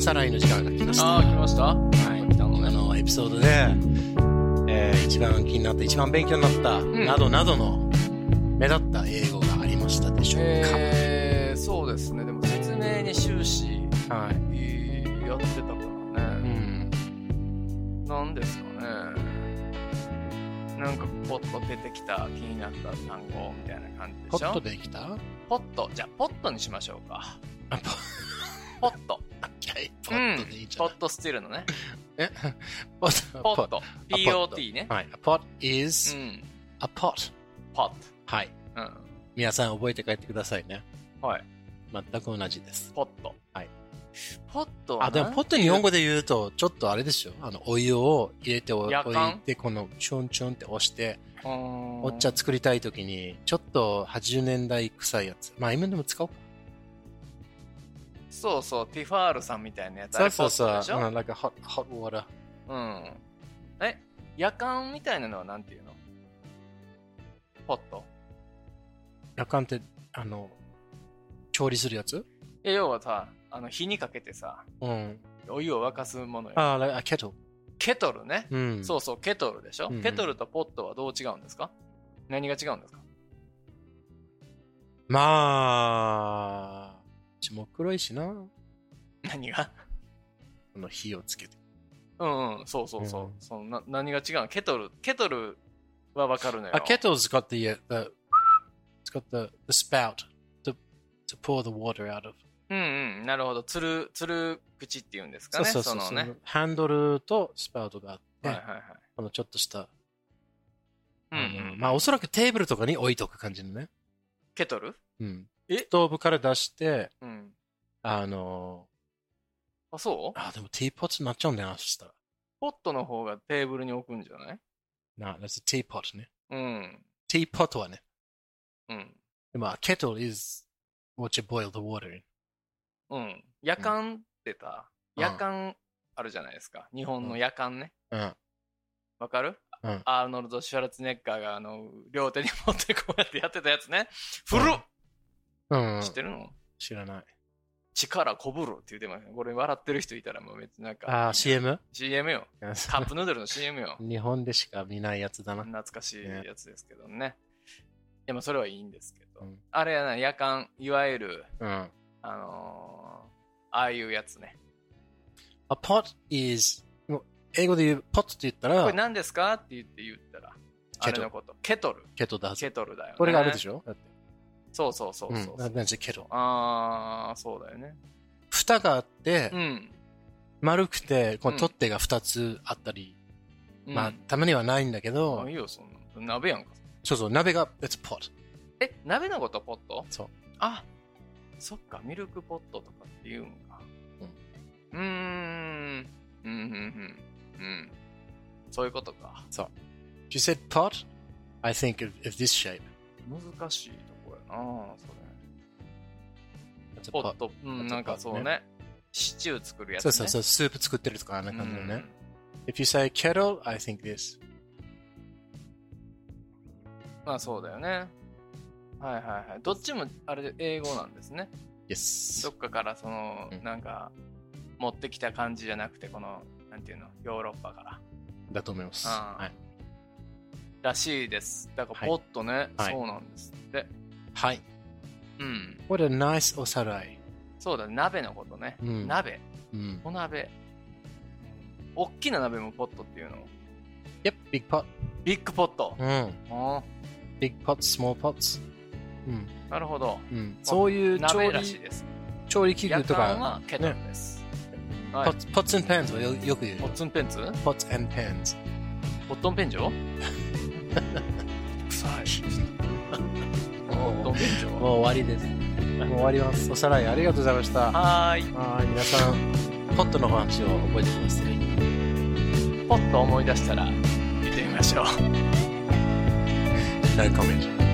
さらいの時間が来ました。 来ました。 はい。エピソードで、一番気になった、一番勉強になった、などなどの目立った英語がありましたでしょうか。 そうですね。でも説明に終始、やってたからね。なんですかね。なんかポッと出てきた気になった単語みたいな感じでしょ。 ポッと出てきた？ ポッと。じゃあポットにしましょうか。ポット。 ポットでいいじゃん。 ポットスティルのね。 ポット。P-O-T ね。 はい。A pot is a pot. pot。 はい。皆さん覚えて帰ってくださいね。 はい。 全く同じです。 ポット。 はい。 ポットはでもポット日本語で言うと、ちょっとあれですよ。お湯を入れておいて、このチュンチュンって押して、お茶作りたいときに、ちょっと80年代臭いやつ。まあ今でも使おうか。 そうそう、ティファールさんみたいなやつ。 そう。like a hot water。 やかんみたいなのはなんていうの？ポット。 やかんって、調理するやつ？ 要はさ、火にかけてさ、お湯を沸かすものよ。 like a kettle。 ケトルね。そうそう、ケトルでしょ。ケトルとポットはどう違うんですか？何が違うんですか？ まあ、血も黒いしな。 何が？ 火をつけて。 そう。何が違うの？ケトルはわかるのよ。 kettle's got the spout to pour the water out of。 なるほど。つる口っていうんですかね。そう。 ハンドルとスパウトがあって、このちょっとした、まあおそらくテーブルとかに置いとく感じのね。 ケトル？ ストーブから出して、 そう？ でもティーポットになっちゃうんだよな、そしたら。 ポットの方がテーブルに置くんじゃない？ that's a teapot ね。ティーポットはね。でも、kettle is what you boil the water in。 やかんってさ、やかんあるじゃないですか。日本のやかんね。わかる？アーノルド・シュワルツェネッガーが両手に持ってこうやってやってたやつね。振る！知ってるの？ 知らない。 力こぶるって言ってます。これ笑ってる人いたらもう別になんか。 CM？ CM よ。カップヌードルの CM よ。 日本でしか見ないやつだな。 懐かしいやつですけどね。でもそれはいいんですけど。あれやな、やかん、いわゆる、ああいうやつね。 A pot is、英語で言う、ポットって言ったら、 これ何ですかって言ったら、あれのこと。ケトル。 ケトルだよね。 これがあるでしょ？だって。 そう。 なんでケトル。 そうだよね。 蓋があって、丸くて、この取っ手が2つあったり、まあ、たまにはないんだけど、 いいよ、そんな。鍋やんか。 そう、鍋が、it's pot。 鍋のことポット？ そう。 そっか、ミルクポットとかって言うんか。そういうことか。 そう。If you said pot, I think of this shape. 難しいとこやなそれ。ポット、なんかそうね。シチュー作るやつね。 そう、スープ作ってるとかあんな感じのね。If you say kettle, I think this. まあそうだよね。はい。どっちもあれで英語なんですね。 Yes。 どっかからなんか、持ってきた感じじゃなくて、なんていうの、ヨーロッパから。 だと思います。はい。 らしいです。だからポットね、そうなんですって。 はい。What a nice おさらい。 そうだ、鍋のことね。鍋。お鍋。大きな鍋もポットっていうの？ Yep, big pot. ビッグポット。 Big pots, small pots. なるほど。 そういう鍋らしいです。 調理器具とか。 やかんはケトルです。 Pots and pans はよく言う。 ポッツンペンツ？ Pots and pans。 ポットンペンジョ？臭い。ポットンペンジョ？ もう終わりです。もう終わります。おさらいありがとうございました。 はい。 皆さん、ポットの話を覚えてください。 ポッと思い出したら言ってみましょう。 No comment.